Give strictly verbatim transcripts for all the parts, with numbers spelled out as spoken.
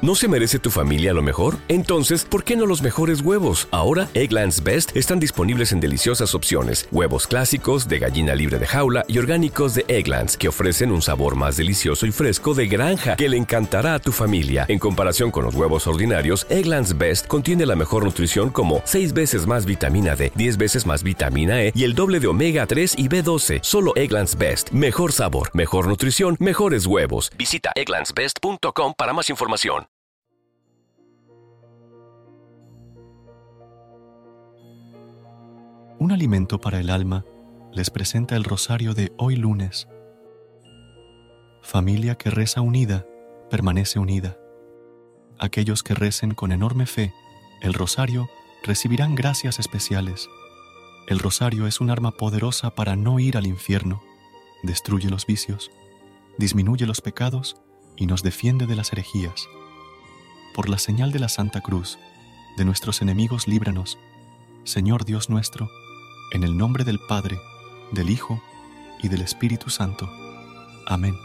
¿No se merece tu familia lo mejor? Entonces, ¿por qué no los mejores huevos? Ahora, Eggland's Best están disponibles en deliciosas opciones. Huevos clásicos, de gallina libre de jaula y orgánicos de Eggland's, que ofrecen un sabor más delicioso y fresco de granja que le encantará a tu familia. En comparación con los huevos ordinarios, Eggland's Best contiene la mejor nutrición como seis veces más vitamina D, diez veces más vitamina E y el doble de omega tres y B doce. Solo Eggland's Best. Mejor sabor, mejor nutrición, mejores huevos. Visita egglands best punto com para más información. Un alimento para el alma les presenta el rosario de hoy lunes. Familia que reza unida, permanece unida. Aquellos que recen con enorme fe el rosario recibirán gracias especiales. El rosario es un arma poderosa para no ir al infierno. Destruye los vicios, disminuye los pecados y nos defiende de las herejías. Por la señal de la Santa Cruz, de nuestros enemigos líbranos, Señor Dios nuestro, en el nombre del Padre, del Hijo y del Espíritu Santo. Amén.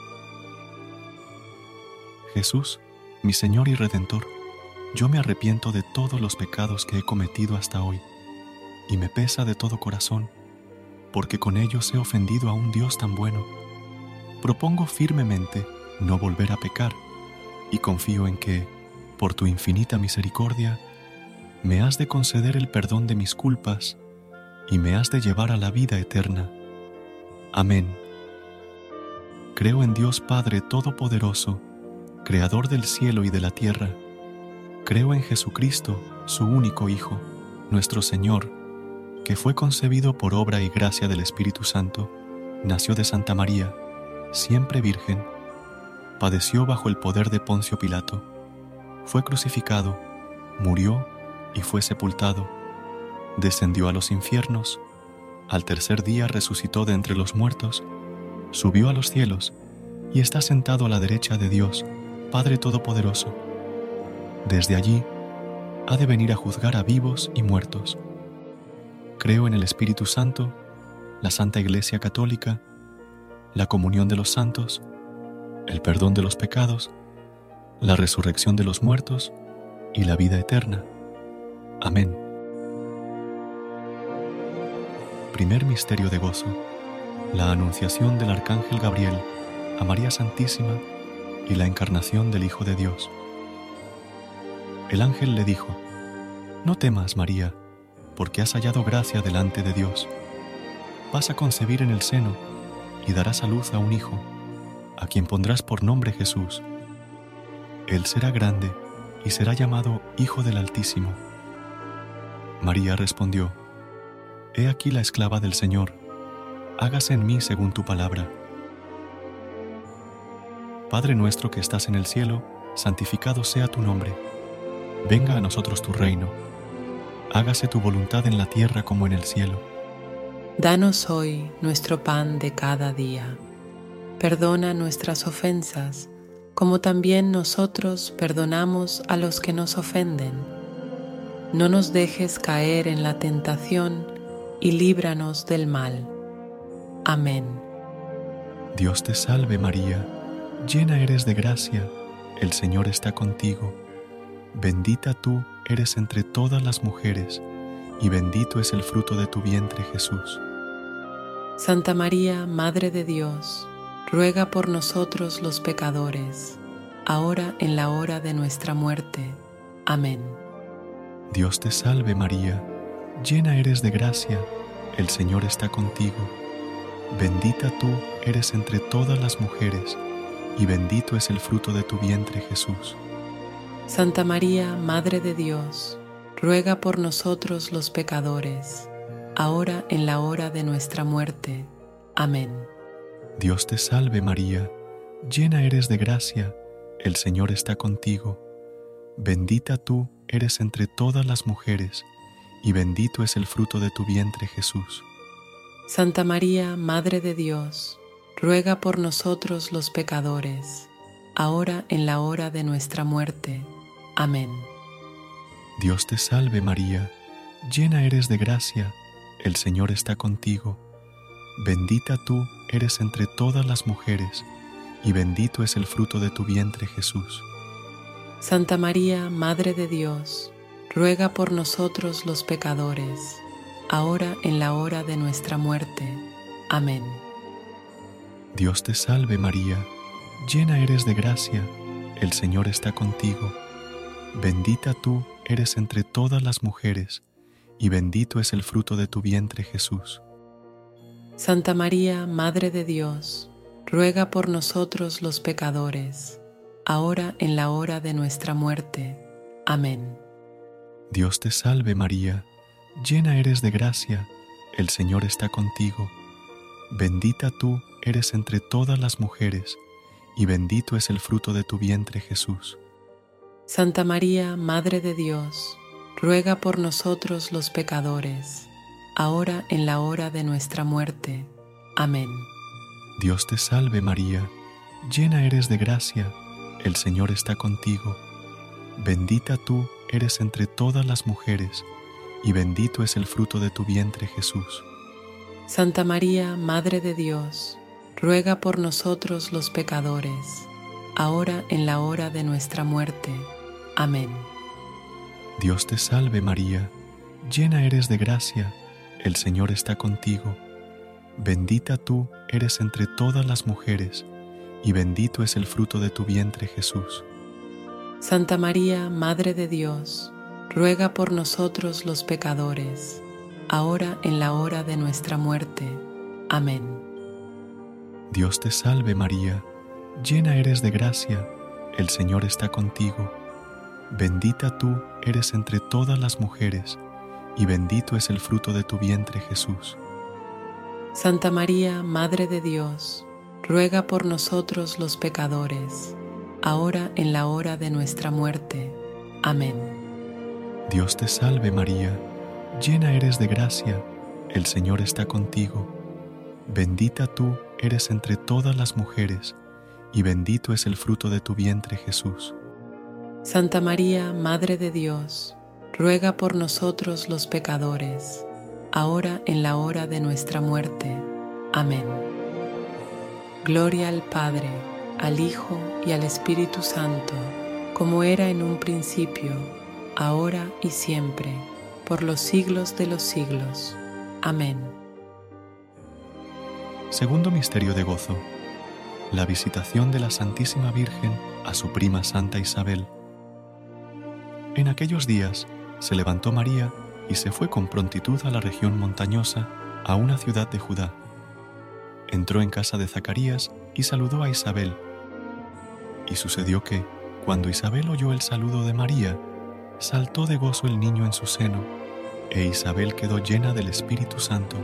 Jesús, mi Señor y Redentor, yo me arrepiento de todos los pecados que he cometido hasta hoy, y me pesa de todo corazón, porque con ellos he ofendido a un Dios tan bueno. Propongo firmemente no volver a pecar, y confío en que, por tu infinita misericordia, me has de conceder el perdón de mis culpas y me has de llevar a la vida eterna. Amén. Creo en Dios Padre Todopoderoso, Creador del cielo y de la tierra. Creo en Jesucristo, su único Hijo, nuestro Señor, que fue concebido por obra y gracia del Espíritu Santo, nació de Santa María, siempre virgen, padeció bajo el poder de Poncio Pilato, fue crucificado, murió y fue sepultado, descendió a los infiernos, al tercer día resucitó de entre los muertos, subió a los cielos y está sentado a la derecha de Dios, Padre Todopoderoso. Desde allí ha de venir a juzgar a vivos y muertos. Creo en el Espíritu Santo, la Santa Iglesia Católica, la comunión de los santos, el perdón de los pecados, la resurrección de los muertos y la vida eterna. Amén. Primer misterio de gozo: la anunciación del Arcángel Gabriel a María Santísima y la encarnación del Hijo de Dios. El ángel le dijo: No temas, María, porque has hallado gracia delante de Dios. Vas a concebir en el seno y darás a luz a un hijo, a quien pondrás por nombre Jesús. Él será grande y será llamado Hijo del Altísimo. María respondió: He aquí la esclava del Señor, hágase en mí según tu palabra. Padre nuestro que estás en el cielo, santificado sea tu nombre. Venga a nosotros tu reino. Hágase tu voluntad en la tierra como en el cielo. Danos hoy nuestro pan de cada día. Perdona nuestras ofensas, como también nosotros perdonamos a los que nos ofenden. No nos dejes caer en la tentación y líbranos del mal. Amén. Dios te salve María, llena eres de gracia, el Señor está contigo. Bendita tú eres entre todas las mujeres, y bendito es el fruto de tu vientre, Jesús. Santa María, Madre de Dios, ruega por nosotros los pecadores, ahora en la hora de nuestra muerte. Amén. Dios te salve María, llena eres de gracia, el Señor está contigo. Bendita tú eres entre todas las mujeres, y bendito es el fruto de tu vientre, Jesús. Santa María, Madre de Dios, ruega por nosotros los pecadores, ahora en la hora de nuestra muerte. Amén. Dios te salve María, llena eres de gracia, el Señor está contigo. Bendita tú eres entre todas las mujeres, y bendito es el fruto de tu vientre, Jesús. Santa María, Madre de Dios, ruega por nosotros los pecadores, ahora en la hora de nuestra muerte. Amén. Dios te salve María, llena eres de gracia, el Señor está contigo. Bendita tú eres entre todas las mujeres, y bendito es el fruto de tu vientre, Jesús. Santa María, Madre de Dios, ruega por nosotros los pecadores, ahora en la hora de nuestra muerte. Amén. Dios te salve María, llena eres de gracia, el Señor está contigo. Bendita tú eres entre todas las mujeres, y bendito es el fruto de tu vientre Jesús. Santa María, Madre de Dios, ruega por nosotros los pecadores, ahora en la hora de nuestra muerte. Amén. Dios te salve María, llena eres de gracia, el Señor está contigo. Bendita tú eres entre todas las mujeres, y bendito es el fruto de tu vientre Jesús. Santa María, Madre de Dios, ruega por nosotros los pecadores, ahora en la hora de nuestra muerte. Amén. Dios te salve María, llena eres de gracia, el Señor está contigo. Bendita tú eres entre todas las mujeres, y bendito es el fruto de tu vientre Jesús. Santa María, Madre de Dios, ruega por nosotros los pecadores, ahora en la hora de nuestra muerte. Amén. Dios te salve María, llena eres de gracia, el Señor está contigo. Bendita tú eres entre todas las mujeres, y bendito es el fruto de tu vientre Jesús. Santa María, Madre de Dios, ruega por nosotros los pecadores, ahora en la hora de nuestra muerte. Amén. Dios te salve María, llena eres de gracia, el Señor está contigo. Bendita tú eres entre todas las mujeres, y bendito es el fruto de tu vientre Jesús. Santa María, Madre de Dios, ruega por nosotros los pecadores, ahora en la hora de nuestra muerte. Amén. Dios te salve María, llena eres de gracia, el Señor está contigo. Bendita tú eres entre todas las mujeres, y bendito es el fruto de tu vientre Jesús. Santa María, Madre de Dios, ruega por nosotros los pecadores, ahora en la hora de nuestra muerte. Amén. Gloria al Padre, al Hijo y al Espíritu Santo, como era en un principio, ahora y siempre, por los siglos de los siglos. Amén. Segundo misterio de gozo: la visitación de la Santísima Virgen a su prima Santa Isabel. En aquellos días se levantó María y se fue con prontitud a la región montañosa, a una ciudad de Judá. Entró en casa de Zacarías y saludó a Isabel. Y sucedió que, cuando Isabel oyó el saludo de María, saltó de gozo el niño en su seno, e Isabel quedó llena del Espíritu Santo.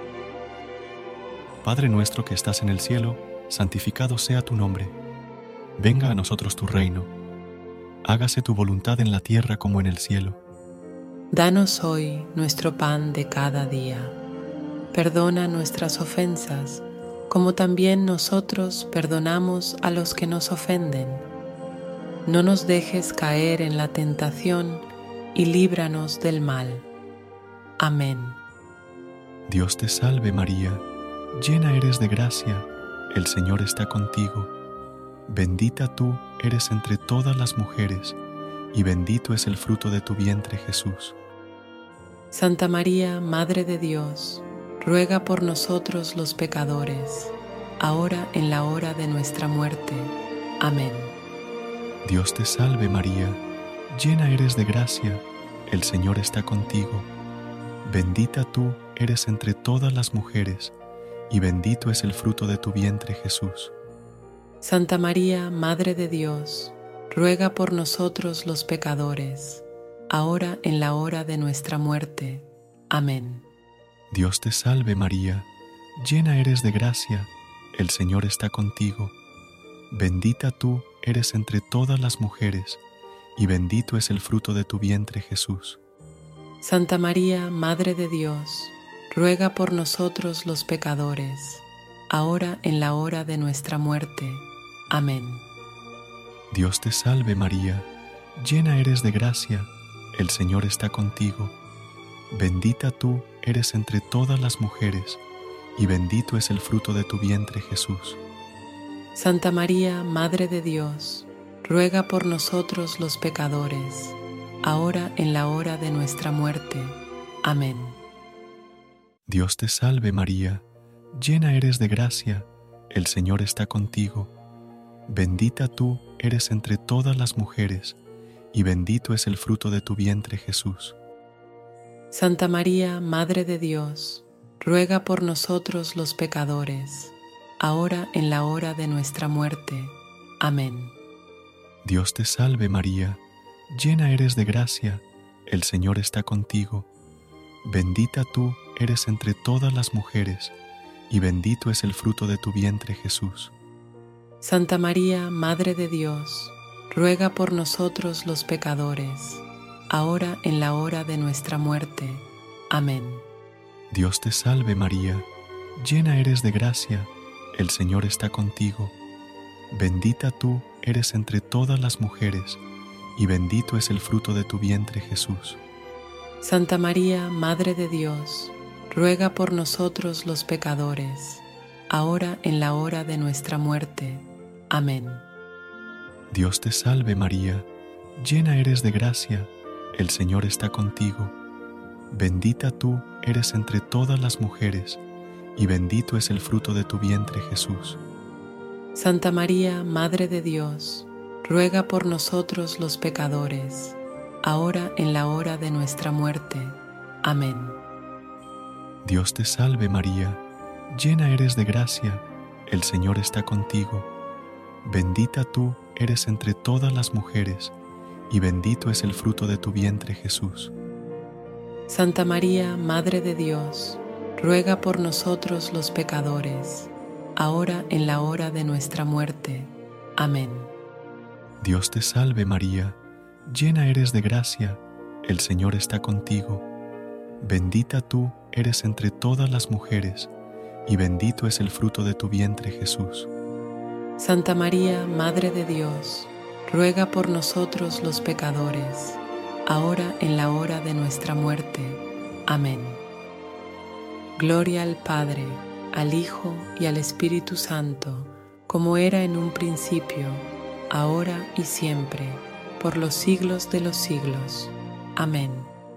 Padre nuestro que estás en el cielo, santificado sea tu nombre. Venga a nosotros tu reino. Hágase tu voluntad en la tierra como en el cielo. Danos hoy nuestro pan de cada día. Perdona nuestras ofensas, como también nosotros perdonamos a los que nos ofenden. No nos dejes caer en la tentación y líbranos del mal. Amén. Dios te salve María, llena eres de gracia, el Señor está contigo. Bendita tú eres entre todas las mujeres, y bendito es el fruto de tu vientre Jesús. Santa María, Madre de Dios, ruega por nosotros los pecadores, ahora en la hora de nuestra muerte. Amén. Dios te salve María, llena eres de gracia, el Señor está contigo. Bendita tú eres entre todas las mujeres, y bendito es el fruto de tu vientre Jesús. Santa María, Madre de Dios, ruega por nosotros los pecadores, ahora en la hora de nuestra muerte. Amén. Dios te salve María, llena eres de gracia, el Señor está contigo. Bendita tú eres entre todas las mujeres, y bendito es el fruto de tu vientre Jesús. Santa María, Madre de Dios, ruega por nosotros los pecadores, ahora en la hora de nuestra muerte. Amén. Dios te salve María, llena eres de gracia, el Señor está contigo. Bendita tú eres entre todas las mujeres, y bendito es el fruto de tu vientre Jesús. Santa María, Madre de Dios, ruega por nosotros los pecadores, ahora en la hora de nuestra muerte. Amén. Dios te salve María, llena eres de gracia, el Señor está contigo. Bendita tú eres entre todas las mujeres, y bendito es el fruto de tu vientre Jesús. Santa María, Madre de Dios, ruega por nosotros los pecadores, ahora en la hora de nuestra muerte. Amén. Dios te salve María, llena eres de gracia, el Señor está contigo. Bendita tú eres entre todas las mujeres, y bendito es el fruto de tu vientre Jesús. Santa María, Madre de Dios, ruega por nosotros los pecadores, ahora en la hora de nuestra muerte. Amén. Dios te salve María, llena eres de gracia, el Señor está contigo. Bendita tú eres entre todas las mujeres, y bendito es el fruto de tu vientre Jesús. Santa María, Madre de Dios, ruega por nosotros los pecadores, ahora en la hora de nuestra muerte. Amén. Dios te salve María, llena eres de gracia, el Señor está contigo. Bendita tú eres entre todas las mujeres, y bendito es el fruto de tu vientre Jesús. Santa María, Madre de Dios, ruega por nosotros los pecadores, ahora en la hora de nuestra muerte. Amén. Dios te salve María, llena eres de gracia, el Señor está contigo. Bendita tú eres entre todas las mujeres, y bendito es el fruto de tu vientre Jesús. Santa María, Madre de Dios, ruega por nosotros los pecadores, ahora en la hora de nuestra muerte. Amén. Dios te salve María, llena eres de gracia, el Señor está contigo. Bendita tú eres entre todas las mujeres, y bendito es el fruto de tu vientre Jesús. Santa María, Madre de Dios, ruega por nosotros los pecadores, ahora en la hora de nuestra muerte. Amén. Gloria al Padre, al Hijo y al Espíritu Santo, como era en un principio, ahora y siempre, por los siglos de los siglos. Amén.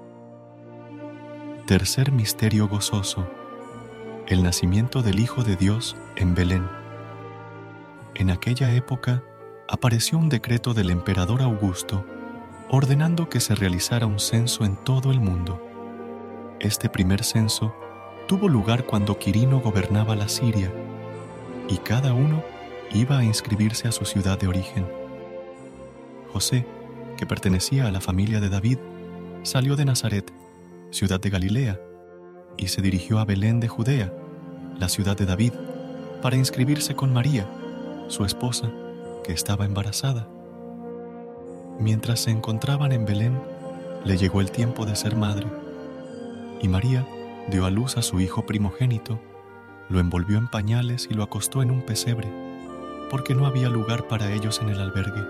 Tercer misterio gozoso: el nacimiento del Hijo de Dios en Belén. En aquella época apareció un decreto del emperador Augusto ordenando que se realizara un censo en todo el mundo. Este primer censo tuvo lugar cuando Quirino gobernaba la Siria, y cada uno iba a inscribirse a su ciudad de origen. José, que pertenecía a la familia de David, salió de Nazaret, ciudad de Galilea, y se dirigió a Belén de Judea, la ciudad de David, para inscribirse con María, su esposa, que estaba embarazada. Mientras se encontraban en Belén, le llegó el tiempo de ser madre, y María dio a luz a su hijo primogénito, lo envolvió en pañales y lo acostó en un pesebre, porque no había lugar para ellos en el albergue.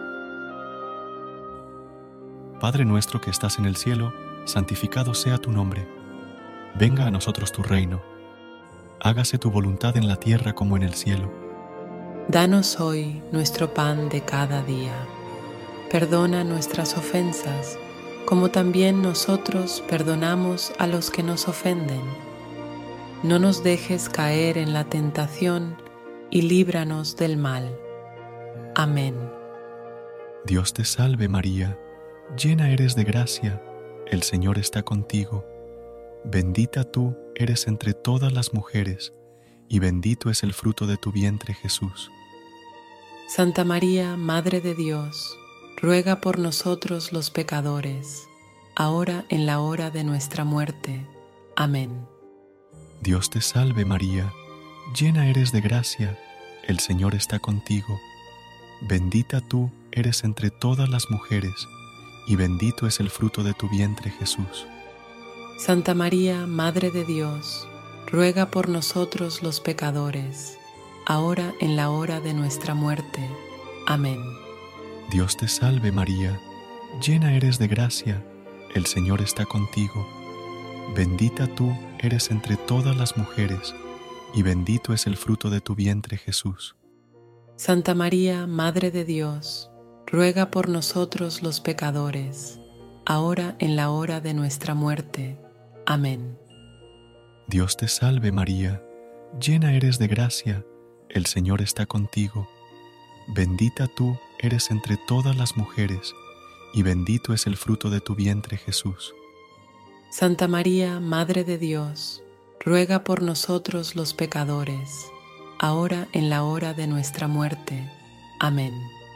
Padre nuestro que estás en el cielo, santificado sea tu nombre. Venga a nosotros tu reino. Hágase tu voluntad en la tierra como en el cielo. Danos hoy nuestro pan de cada día. Perdona nuestras ofensas, como también nosotros perdonamos a los que nos ofenden. No nos dejes caer en la tentación y líbranos del mal. Amén. Dios te salve María, llena eres de gracia, el Señor está contigo. Bendita tú eres entre todas las mujeres, y bendito es el fruto de tu vientre Jesús. Santa María, Madre de Dios, ruega por nosotros los pecadores, ahora en la hora de nuestra muerte. Amén. Dios te salve María, llena eres de gracia, el Señor está contigo. Bendita tú eres entre todas las mujeres, y bendito es el fruto de tu vientre Jesús. Santa María, Madre de Dios, ruega por nosotros los pecadores, ahora en la hora de nuestra muerte. Amén. Dios te salve María, llena eres de gracia, el Señor está contigo. Bendita tú eres entre todas las mujeres, y bendito es el fruto de tu vientre Jesús. Santa María, Madre de Dios, ruega por nosotros los pecadores, ahora en la hora de nuestra muerte. Amén. Dios te salve María, llena eres de gracia, el Señor está contigo. Bendita tú eres entre todas las mujeres, y bendito es el fruto de tu vientre Jesús. Santa María, Madre de Dios, ruega por nosotros los pecadores, ahora en la hora de nuestra muerte. Amén.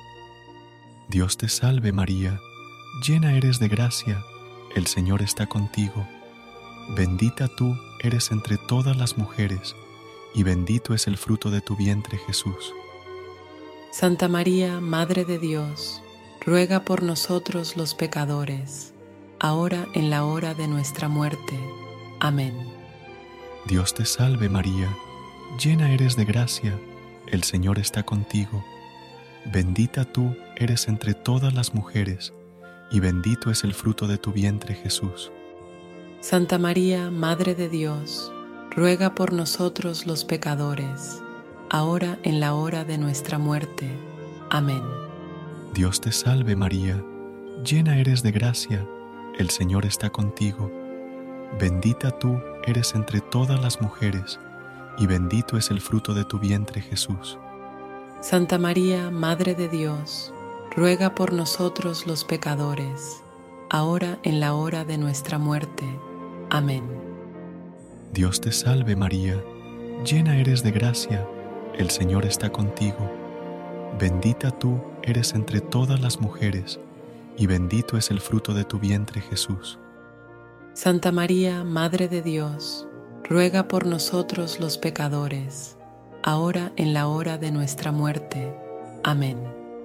Dios te salve María, llena eres de gracia, el Señor está contigo. Bendita tú eres entre todas las mujeres, y bendito es el fruto de tu vientre Jesús. Santa María, Madre de Dios, ruega por nosotros los pecadores, ahora en la hora de nuestra muerte. Amén. Dios te salve María, llena eres de gracia, el Señor está contigo. Bendita tú eres entre todas las mujeres, y bendito es el fruto de tu vientre Jesús. Santa María, Madre de Dios, ruega por nosotros los pecadores, ahora en la hora de nuestra muerte. Amén. Dios te salve María, llena eres de gracia, el Señor está contigo. Bendita tú eres entre todas las mujeres, y bendito es el fruto de tu vientre Jesús. Santa María, Madre de Dios, ruega por nosotros los pecadores, ahora en la hora de nuestra muerte. Amén. Dios te salve María, llena eres de gracia, el Señor está contigo. Bendita tú eres entre todas las mujeres, y bendito es el fruto de tu vientre Jesús. Santa María, Madre de Dios, ruega por nosotros los pecadores, ahora en la hora de nuestra muerte. Amén.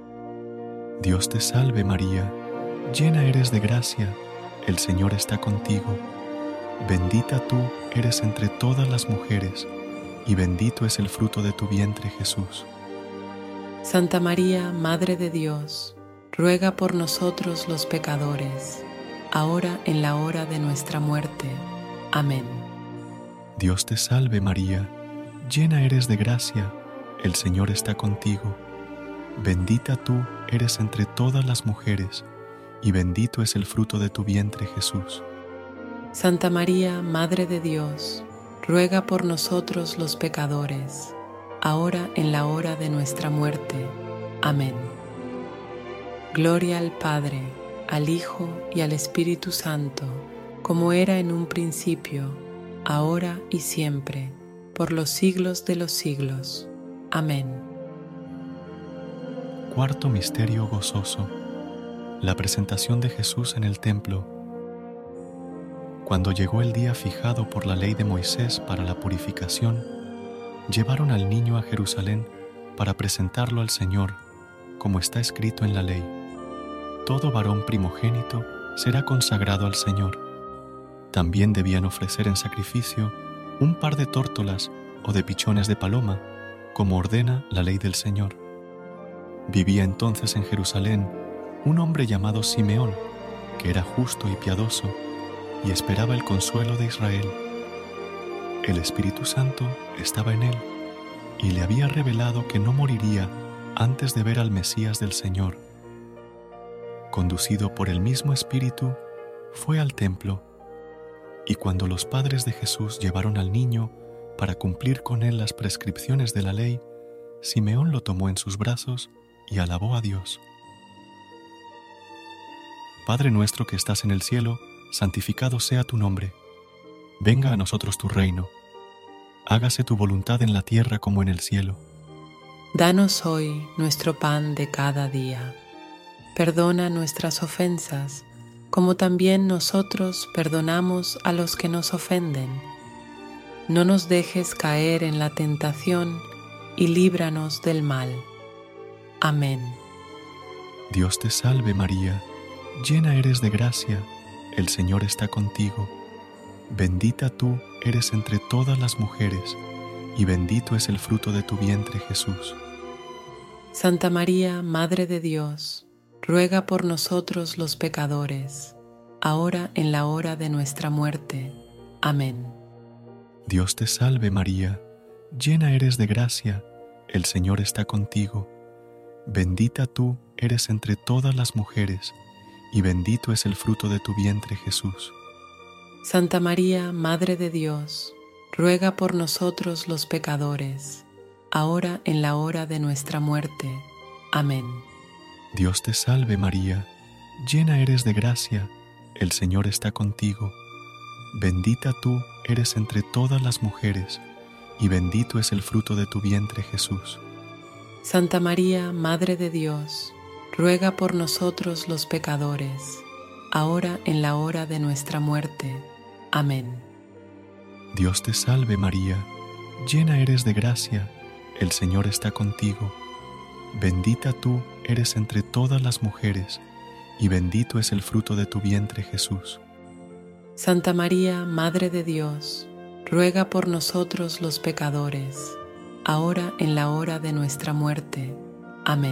Dios te salve María, llena eres de gracia, el Señor está contigo. Bendita tú eres entre todas las mujeres, y bendito es el fruto de tu vientre Jesús. Santa María, Madre de Dios, ruega por nosotros los pecadores, ahora en la hora de nuestra muerte. Amén. Dios te salve María, llena eres de gracia, el Señor está contigo. Bendita tú eres entre todas las mujeres, y bendito es el fruto de tu vientre Jesús. Santa María, Madre de Dios, ruega por nosotros los pecadores, ahora en la hora de nuestra muerte. Amén. Gloria al Padre, al Hijo y al Espíritu Santo, como era en un principio, ahora y siempre, por los siglos de los siglos. Amén. Cuarto misterio gozoso: la presentación de Jesús en el templo. Cuando llegó el día fijado por la ley de Moisés para la purificación, llevaron al niño a Jerusalén para presentarlo al Señor, como está escrito en la ley. Todo varón primogénito será consagrado al Señor. También debían ofrecer en sacrificio un par de tórtolas o de pichones de paloma, como ordena la ley del Señor. Vivía entonces en Jerusalén un hombre llamado Simeón, que era justo y piadoso, y esperaba el consuelo de Israel. El Espíritu Santo estaba en él, y le había revelado que no moriría antes de ver al Mesías del Señor. Conducido por el mismo Espíritu, fue al templo, y cuando los padres de Jesús llevaron al niño para cumplir con él las prescripciones de la ley, Simeón lo tomó en sus brazos y alabó a Dios. Padre nuestro que estás en el cielo, santificado sea tu nombre. Venga a nosotros tu reino. Hágase tu voluntad en la tierra como en el cielo. Danos hoy nuestro pan de cada día. Perdona nuestras ofensas, como también nosotros perdonamos a los que nos ofenden. No nos dejes caer en la tentación y líbranos del mal. Amén. Dios te salve María, llena eres de gracia, el Señor está contigo. Bendita tú eres entre todas las mujeres, y bendito es el fruto de tu vientre Jesús. Santa María, Madre de Dios, ruega por nosotros los pecadores, ahora en la hora de nuestra muerte. Amén. Dios te salve María, llena eres de gracia, el Señor está contigo. Bendita tú eres entre todas las mujeres, y bendito es el fruto de tu vientre, Jesús. Santa María, Madre de Dios, ruega por nosotros los pecadores, ahora en la hora de nuestra muerte. Amén. Dios te salve María, llena eres de gracia, el Señor está contigo. Bendita tú eres entre todas las mujeres, y bendito es el fruto de tu vientre, Jesús. Santa María, Madre de Dios, ruega por nosotros los pecadores, ahora en la hora de nuestra muerte. Amén. Dios te salve María, llena eres de gracia, el Señor está contigo. Bendita tú eres entre todas las mujeres, y bendito es el fruto de tu vientre, Jesús. Santa María, Madre de Dios, ruega por nosotros los pecadores, ahora en la hora de nuestra muerte. Amén.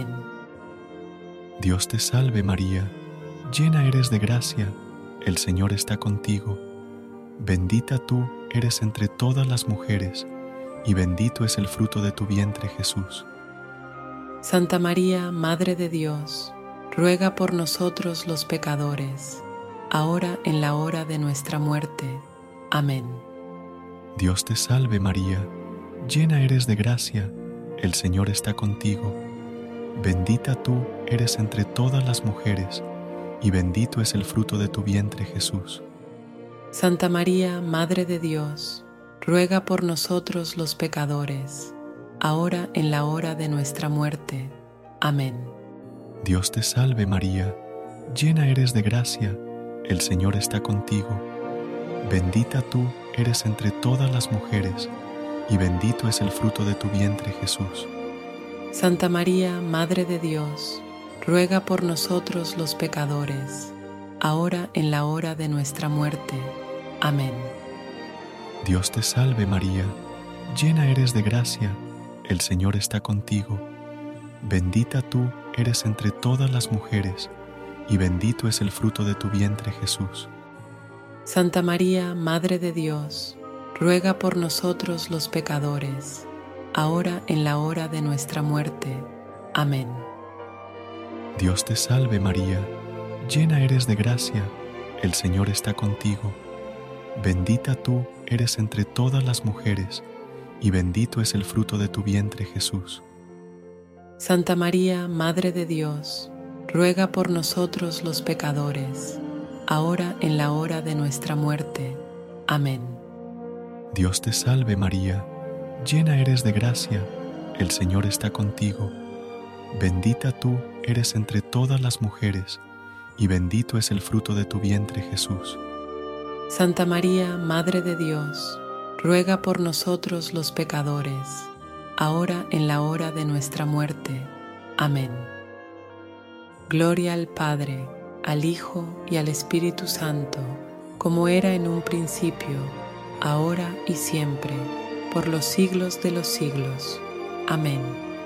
Dios te salve María, llena eres de gracia, el Señor está contigo. Bendita tú eres entre todas las mujeres, y bendito es el fruto de tu vientre, Jesús. Santa María, Madre de Dios, ruega por nosotros los pecadores, ahora en la hora de nuestra muerte. Amén. Dios te salve María, llena eres de gracia, el Señor está contigo. Bendita tú eres entre todas las mujeres, y bendito es el fruto de tu vientre, Jesús. Santa María, Madre de Dios, ruega por nosotros los pecadores, ahora en la hora de nuestra muerte. Amén. Dios te salve María, llena eres de gracia, el Señor está contigo. Bendita tú eres entre todas las mujeres, y bendito es el fruto de tu vientre, Jesús. Santa María, Madre de Dios, ruega por nosotros los pecadores, ahora en la hora de nuestra muerte. Amén. Dios te salve María, llena eres de gracia, el Señor está contigo. Bendita tú eres entre todas las mujeres, y bendito es el fruto de tu vientre, Jesús. Santa María, Madre de Dios, ruega por nosotros los pecadores, ahora en la hora de nuestra muerte. Amén. Dios te salve María, llena eres de gracia, el Señor está contigo. Bendita tú eres entre todas las mujeres, y bendito es el fruto de tu vientre, Jesús. Santa María, Madre de Dios, ruega por nosotros los pecadores, ahora en la hora de nuestra muerte. Amén. Dios te salve María, llena eres de gracia, el Señor está contigo. Bendita tú eres entre todas las mujeres, y bendito es el fruto de tu vientre, Jesús. Santa María, Madre de Dios, ruega por nosotros los pecadores, ahora en la hora de nuestra muerte. Amén. Gloria al Padre, al Hijo y al Espíritu Santo, como era en un principio, ahora y siempre, por los siglos de los siglos. Amén.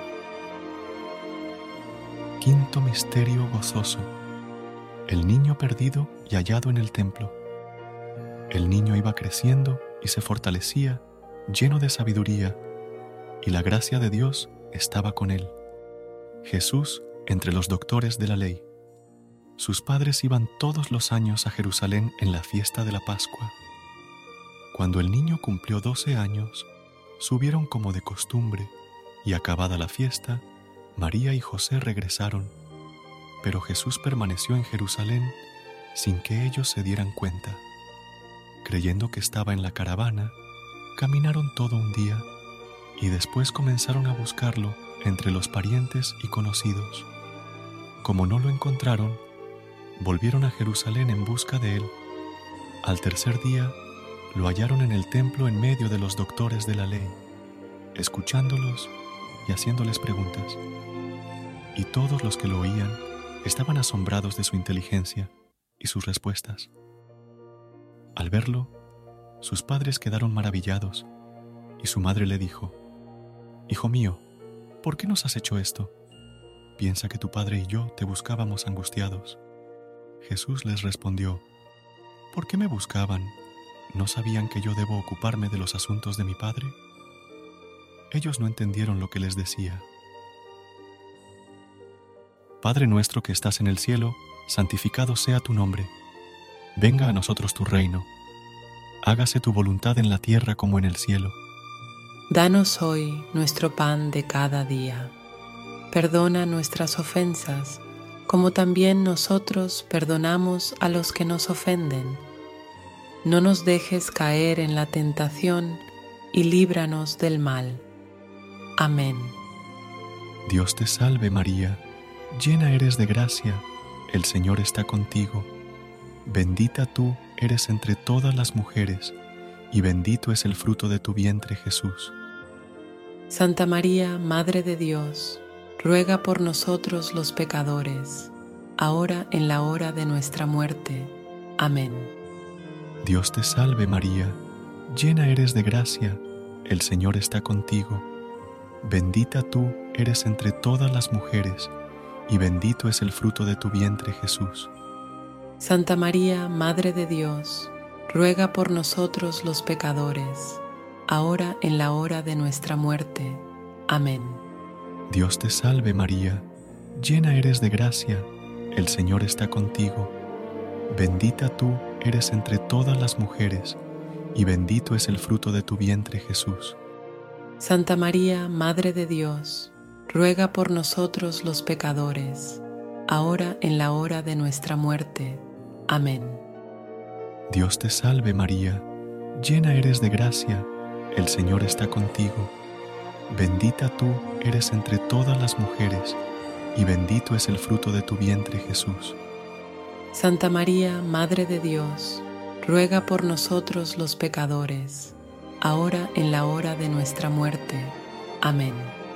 Quinto misterio gozoso: el niño perdido y hallado en el templo. El niño iba creciendo y se fortalecía, lleno de sabiduría, y la gracia de Dios estaba con él. Jesús entre los doctores de la ley. Sus padres iban todos los años a Jerusalén en la fiesta de la Pascua. Cuando el niño cumplió doce años, subieron como de costumbre, y acabada la fiesta, María y José regresaron, pero Jesús permaneció en Jerusalén sin que ellos se dieran cuenta. Creyendo que estaba en la caravana, caminaron todo un día y después comenzaron a buscarlo entre los parientes y conocidos. Como no lo encontraron, volvieron a Jerusalén en busca de él. Al tercer día, lo hallaron en el templo en medio de los doctores de la ley, escuchándolos y haciéndoles preguntas. Y todos los que lo oían estaban asombrados de su inteligencia y sus respuestas. Al verlo, sus padres quedaron maravillados, y su madre le dijo: «Hijo mío, ¿por qué nos has hecho esto? Piensa que tu padre y yo te buscábamos angustiados». Jesús les respondió: «¿Por qué me buscaban? ¿No sabían que yo debo ocuparme de los asuntos de mi padre?». Ellos no entendieron lo que les decía. Padre nuestro que estás en el cielo, santificado sea tu nombre. Venga a nosotros tu reino. Hágase tu voluntad en la tierra como en el cielo. Danos hoy nuestro pan de cada día. Perdona nuestras ofensas, como también nosotros perdonamos a los que nos ofenden. No nos dejes caer en la tentación y líbranos del mal. Amén. Dios te salve María, llena eres de gracia, el Señor está contigo. Bendita tú eres entre todas las mujeres, y bendito es el fruto de tu vientre Jesús. Santa María, Madre de Dios, ruega por nosotros los pecadores, ahora en la hora de nuestra muerte. Amén. Dios te salve María, llena eres de gracia, el Señor está contigo. Bendita tú eres entre todas las mujeres, y bendito es el fruto de tu vientre Jesús. Santa María, Madre de Dios, ruega por nosotros los pecadores, ahora en la hora de nuestra muerte. Amén. Dios te salve María, llena eres de gracia, el Señor está contigo. Bendita tú eres entre todas las mujeres, y bendito es el fruto de tu vientre Jesús. Santa María, Madre de Dios, ruega por nosotros los pecadores, ahora en la hora de nuestra muerte. Amén. Dios te salve María, llena eres de gracia, el Señor está contigo. Bendita tú eres entre todas las mujeres, y bendito es el fruto de tu vientre Jesús. Santa María, Madre de Dios, ruega por nosotros los pecadores, ahora en la hora de nuestra muerte. Amén.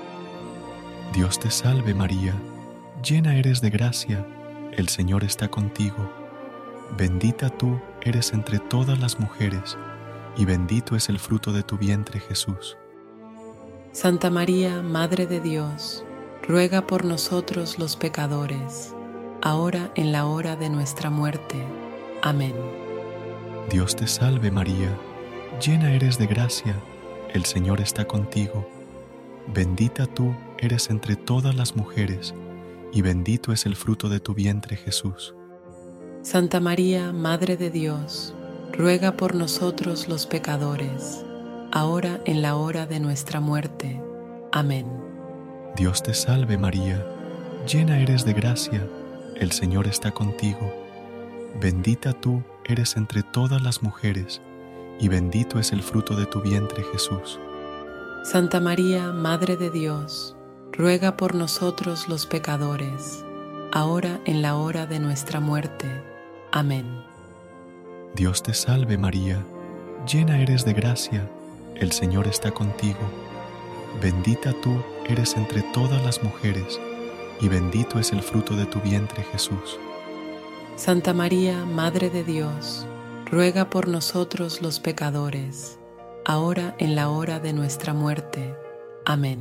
Dios te salve María, llena eres de gracia, el Señor está contigo. Bendita tú eres entre todas las mujeres, y bendito es el fruto de tu vientre Jesús. Santa María, Madre de Dios, ruega por nosotros los pecadores, ahora en la hora de nuestra muerte. Amén. Dios te salve María, llena eres de gracia, el Señor está contigo. Bendita tú eres entre todas las mujeres, y bendito es el fruto de tu vientre Jesús. Santa María, Madre de Dios, ruega por nosotros los pecadores, ahora en la hora de nuestra muerte. Amén. Dios te salve María, llena eres de gracia, el Señor está contigo. Bendita tú eres entre todas las mujeres, y bendito es el fruto de tu vientre Jesús. Santa María, Madre de Dios, ruega por nosotros los pecadores, ahora en la hora de nuestra muerte. Amén. Dios te salve María, llena eres de gracia, el Señor está contigo. Bendita tú eres entre todas las mujeres, y bendito es el fruto de tu vientre Jesús. Santa María, Madre de Dios, ruega por nosotros los pecadores, ahora en la hora de nuestra muerte. Amén.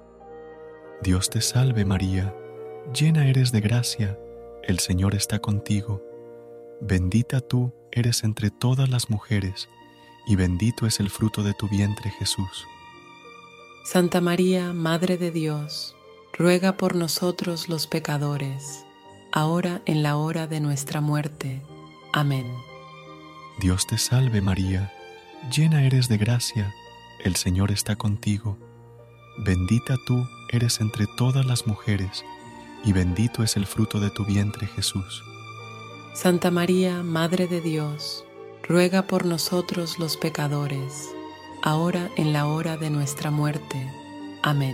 Dios te salve María, llena eres de gracia, el Señor está contigo. Bendita tú eres entre todas las mujeres, y bendito es el fruto de tu vientre Jesús. Santa María, Madre de Dios, ruega por nosotros los pecadores, ahora en la hora de nuestra muerte. Amén. Dios te salve María, llena eres de gracia, el Señor está contigo. Bendita tú eres entre todas las mujeres, y bendito es el fruto de tu vientre Jesús. Santa María, Madre de Dios, ruega por nosotros los pecadores, ahora en la hora de nuestra muerte. Amén.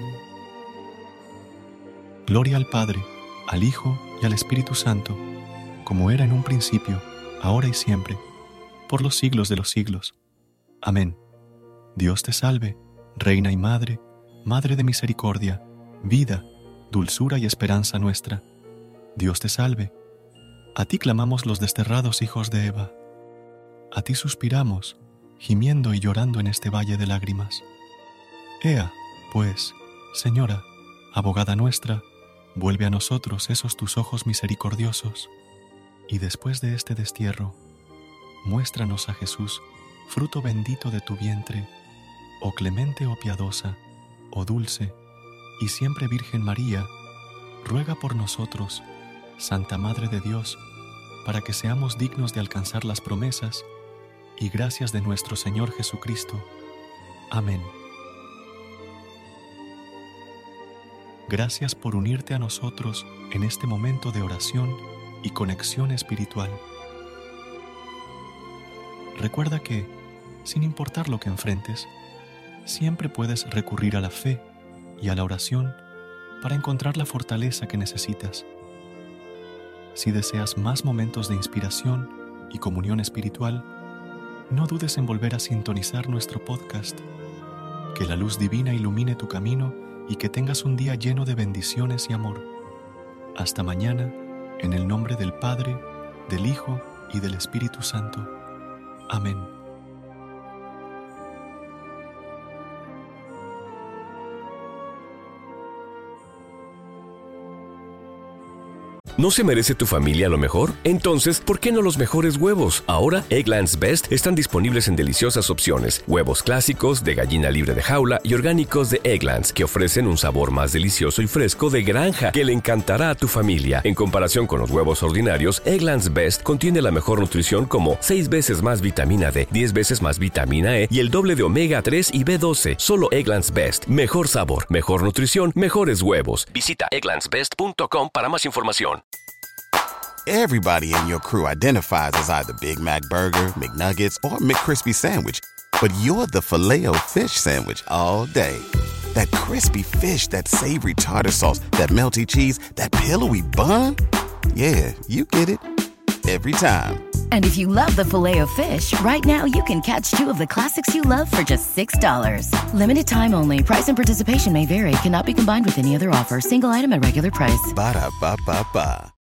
Gloria al Padre, al Hijo y al Espíritu Santo, como era en un principio, ahora y siempre, por los siglos de los siglos. Amén. Dios te salve, Reina y Madre, Madre de misericordia, vida, dulzura y esperanza nuestra. Dios te salve. A ti clamamos los desterrados hijos de Eva. A ti suspiramos, gimiendo y llorando en este valle de lágrimas. Ea, pues, Señora, abogada nuestra, vuelve a nosotros esos tus ojos misericordiosos, y después de este destierro, muéstranos a Jesús, fruto bendito de tu vientre, oh clemente o piadosa, oh dulce, y siempre Virgen María, ruega por nosotros, Santa Madre de Dios, para que seamos dignos de alcanzar las promesas y gracias de nuestro Señor Jesucristo. Amén. Gracias por unirte a nosotros en este momento de oración y conexión espiritual. Recuerda que, sin importar lo que enfrentes, siempre puedes recurrir a la fe y a la oración para encontrar la fortaleza que necesitas. Si deseas más momentos de inspiración y comunión espiritual, no dudes en volver a sintonizar nuestro podcast. Que la luz divina ilumine tu camino y que tengas un día lleno de bendiciones y amor. Hasta mañana, en el nombre del Padre, del Hijo y del Espíritu Santo. Amén. ¿No se merece tu familia lo mejor? Entonces, ¿por qué no los mejores huevos? Ahora, Eggland's Best están disponibles en deliciosas opciones. Huevos clásicos, de gallina libre de jaula y orgánicos de Eggland's, que ofrecen un sabor más delicioso y fresco de granja que le encantará a tu familia. En comparación con los huevos ordinarios, Eggland's Best contiene la mejor nutrición como seis veces más vitamina D, diez veces más vitamina E y el doble de omega tres y B doce. Solo Eggland's Best. Mejor sabor, mejor nutrición, mejores huevos. Visita egglands best punto com para más información. Everybody in your crew identifies as either Big Mac Burger, McNuggets, or McCrispy Sandwich. But you're the Filet-O-Fish Sandwich all day. That crispy fish, that savory tartar sauce, that melty cheese, that pillowy bun. Yeah, you get it. Every time. And if you love the Filet-O-Fish, right now you can catch two of the classics you love for just six dollars. Limited time only. Price and participation may vary. Cannot be combined with any other offer. Single item at regular price. Ba-da-ba-ba-ba.